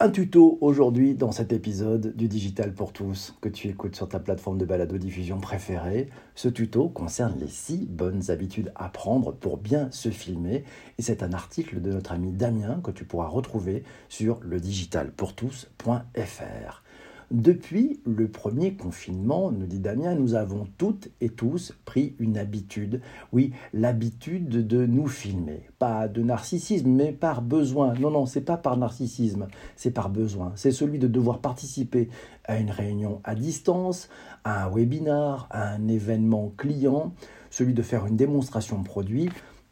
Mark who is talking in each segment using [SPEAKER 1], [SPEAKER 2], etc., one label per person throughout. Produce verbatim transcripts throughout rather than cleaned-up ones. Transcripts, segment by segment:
[SPEAKER 1] Un tuto aujourd'hui dans cet épisode du Digital pour tous que tu écoutes sur ta plateforme de balado-diffusion préférée. Ce tuto concerne les six bonnes habitudes à prendre pour bien se filmer et c'est un article de notre ami Damien que tu pourras retrouver sur le digital pour tous point f r. Depuis le premier confinement, nous dit Damien, nous avons toutes et tous pris une habitude. Oui, l'habitude de nous filmer. Pas de narcissisme, mais par besoin. Non, non, c'est pas par narcissisme, c'est par besoin. C'est celui de devoir participer à une réunion à distance, à un webinar, à un événement client, celui de faire une démonstration de produit.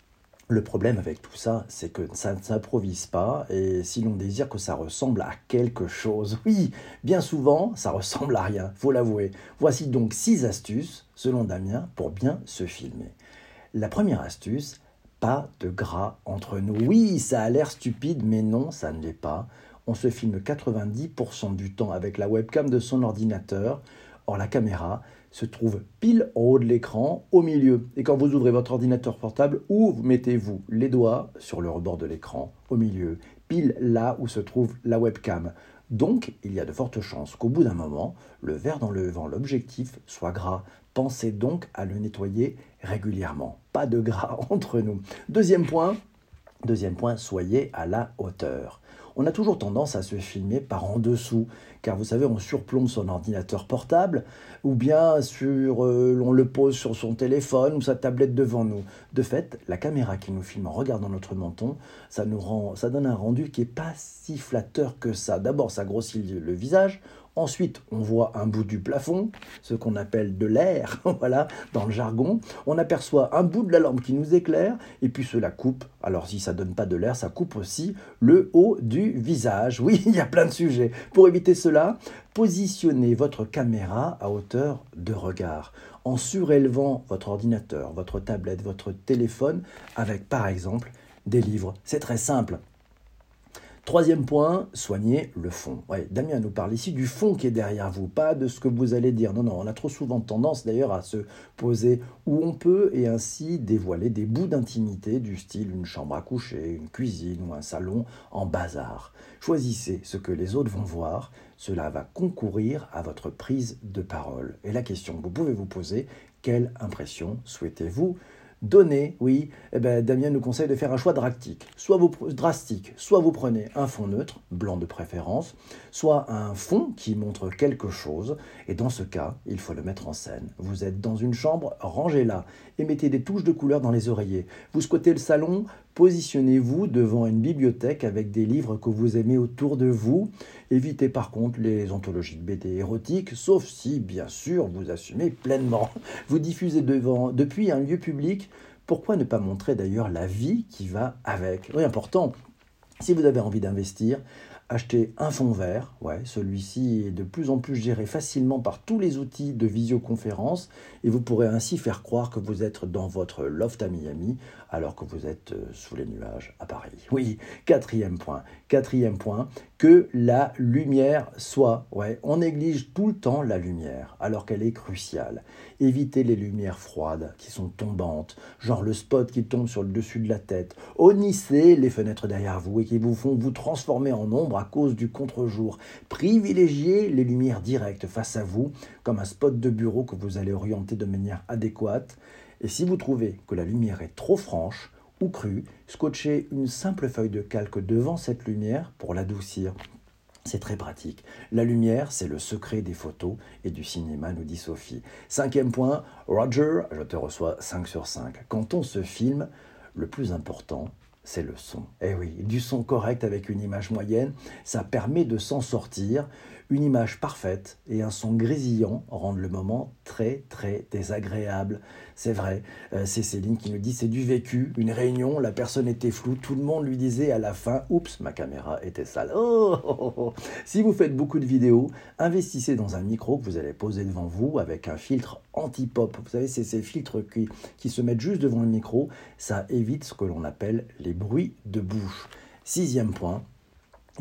[SPEAKER 1] Le problème avec tout ça, c'est que ça ne s'improvise pas et si l'on désire que ça ressemble à quelque chose, oui, bien souvent, ça ressemble à rien, faut l'avouer. Voici donc six astuces, selon Damien, pour bien se filmer. La première astuce, pas de gras entre nous. Oui, ça a l'air stupide, mais non, ça ne l'est pas. On se filme quatre-vingt-dix pour cent du temps avec la webcam de son ordinateur. Or, la caméra se trouve pile en haut de l'écran, au milieu. Et quand vous ouvrez votre ordinateur portable, où mettez-vous les doigts sur le rebord de l'écran, au milieu, pile là où se trouve la webcam. Donc, il y a de fortes chances qu'au bout d'un moment, le verre dans le devant l'objectif soit gras. Pensez donc à le nettoyer régulièrement. Pas de gras entre nous. Deuxième point, deuxième point, soyez à la hauteur. On a toujours tendance à se filmer par en dessous, car vous savez, on surplombe son ordinateur portable, ou bien sur, euh, on le pose sur son téléphone ou sa tablette devant nous. De fait, la caméra qui nous filme en regardant notre menton, ça nous rend, ça donne un rendu qui n'est pas si flatteur que ça. D'abord, ça grossit le visage. Ensuite, on voit un bout du plafond, ce qu'on appelle de l'air, voilà, dans le jargon. On aperçoit un bout de la lampe qui nous éclaire, et puis cela coupe. Alors si ça ne donne pas de l'air, ça coupe aussi le haut du visage. Oui, il y a plein de sujets. Pour éviter cela, positionnez votre caméra à hauteur de regard, en surélevant votre ordinateur, votre tablette, votre téléphone, avec par exemple des livres. C'est très simple. Troisième point, soignez le fond. Ouais, Damien nous parle ici du fond qui est derrière vous, pas de ce que vous allez dire. Non, non, on a trop souvent tendance d'ailleurs à se poser où on peut et ainsi dévoiler des bouts d'intimité du style une chambre à coucher, une cuisine ou un salon en bazar. Choisissez ce que les autres vont voir, cela va concourir à votre prise de parole. Et la question que vous pouvez vous poser, quelle impression souhaitez-vous donner, oui, eh ben, Damien nous conseille de faire un choix drastique. Soit vous, drastique, soit vous prenez un fond neutre, blanc de préférence, soit un fond qui montre quelque chose, et dans ce cas, il faut le mettre en scène. Vous êtes dans une chambre, rangez-la, et mettez des touches de couleur dans les oreillers. Vous squattez le salon, positionnez-vous devant une bibliothèque avec des livres que vous aimez autour de vous. Évitez par contre les anthologies de B D érotiques, sauf si, bien sûr, vous assumez pleinement. Vous diffusez devant, depuis un lieu public. Pourquoi ne pas montrer d'ailleurs la vie qui va avec ? Oui, important, si vous avez envie d'investir, achetez un fond vert. Ouais, celui-ci est de plus en plus géré facilement par tous les outils de visioconférence et vous pourrez ainsi faire croire que vous êtes dans votre loft à Miami alors que vous êtes sous les nuages à Paris. Oui, quatrième point, quatrième point, que la lumière soit. Ouais, on néglige tout le temps la lumière alors qu'elle est cruciale. Évitez les lumières froides qui sont tombantes, genre le spot qui tombe sur le dessus de la tête. Honnissez les fenêtres derrière vous et qui vous font vous transformer en ombre à cause du contre-jour. Privilégiez les lumières directes face à vous, comme un spot de bureau que vous allez orienter de manière adéquate. Et si vous trouvez que la lumière est trop franche ou crue, scotchez une simple feuille de calque devant cette lumière pour l'adoucir. C'est très pratique. La lumière, c'est le secret des photos et du cinéma, nous dit Sophie. Cinquième point, Roger, je te reçois cinq sur cinq. Quand on se filme, le plus important, c'est le son. Eh oui, du son correct avec une image moyenne, ça permet de s'en sortir. Une image parfaite et un son grésillant rendent le moment très très désagréable. C'est vrai, euh, c'est Céline qui nous dit c'est du vécu. Une réunion, la personne était floue, tout le monde lui disait à la fin « Oups, ma caméra était sale. Oh, oh, oh, oh. » Si vous faites beaucoup de vidéos, investissez dans un micro que vous allez poser devant vous avec un filtre anti-pop. Vous savez, c'est ces filtres qui, qui se mettent juste devant le micro. Ça évite ce que l'on appelle les bruits de bouche. Sixième point. Il y a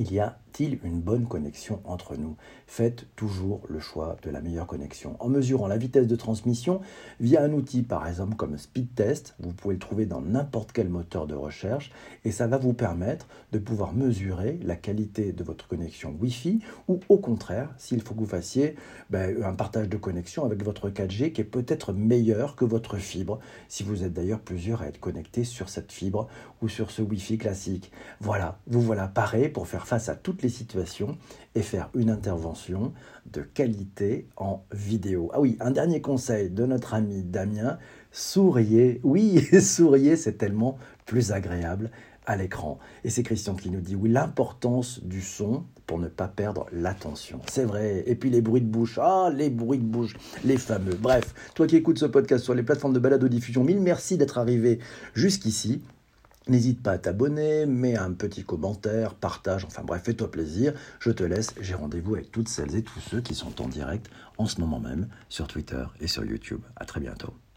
[SPEAKER 1] il une bonne connexion entre nous? Faites toujours le choix de la meilleure connexion. En mesurant la vitesse de transmission via un outil par exemple comme Speedtest, vous pouvez le trouver dans n'importe quel moteur de recherche et ça va vous permettre de pouvoir mesurer la qualité de votre connexion Wi-Fi ou au contraire, s'il faut que vous fassiez ben, un partage de connexion avec votre quatre G qui est peut-être meilleur que votre fibre, si vous êtes d'ailleurs plusieurs à être connectés sur cette fibre ou sur ce Wi-Fi classique. Voilà, vous voilà parés pour faire face à toutes les situations et faire une intervention de qualité en vidéo. Ah oui, un dernier conseil de notre ami Damien, souriez. Oui, souriez, c'est tellement plus agréable à l'écran. Et c'est Christian qui nous dit, oui, l'importance du son pour ne pas perdre l'attention. C'est vrai. Et puis les bruits de bouche. Ah, les bruits de bouche, les fameux. Bref, toi qui écoutes ce podcast sur les plateformes de balado-diffusion, mille merci d'être arrivé jusqu'ici. N'hésite pas à t'abonner, mets un petit commentaire, partage, enfin bref, fais-toi plaisir. Je te laisse, j'ai rendez-vous avec toutes celles et tous ceux qui sont en direct en ce moment même sur Twitter et sur YouTube. À très bientôt.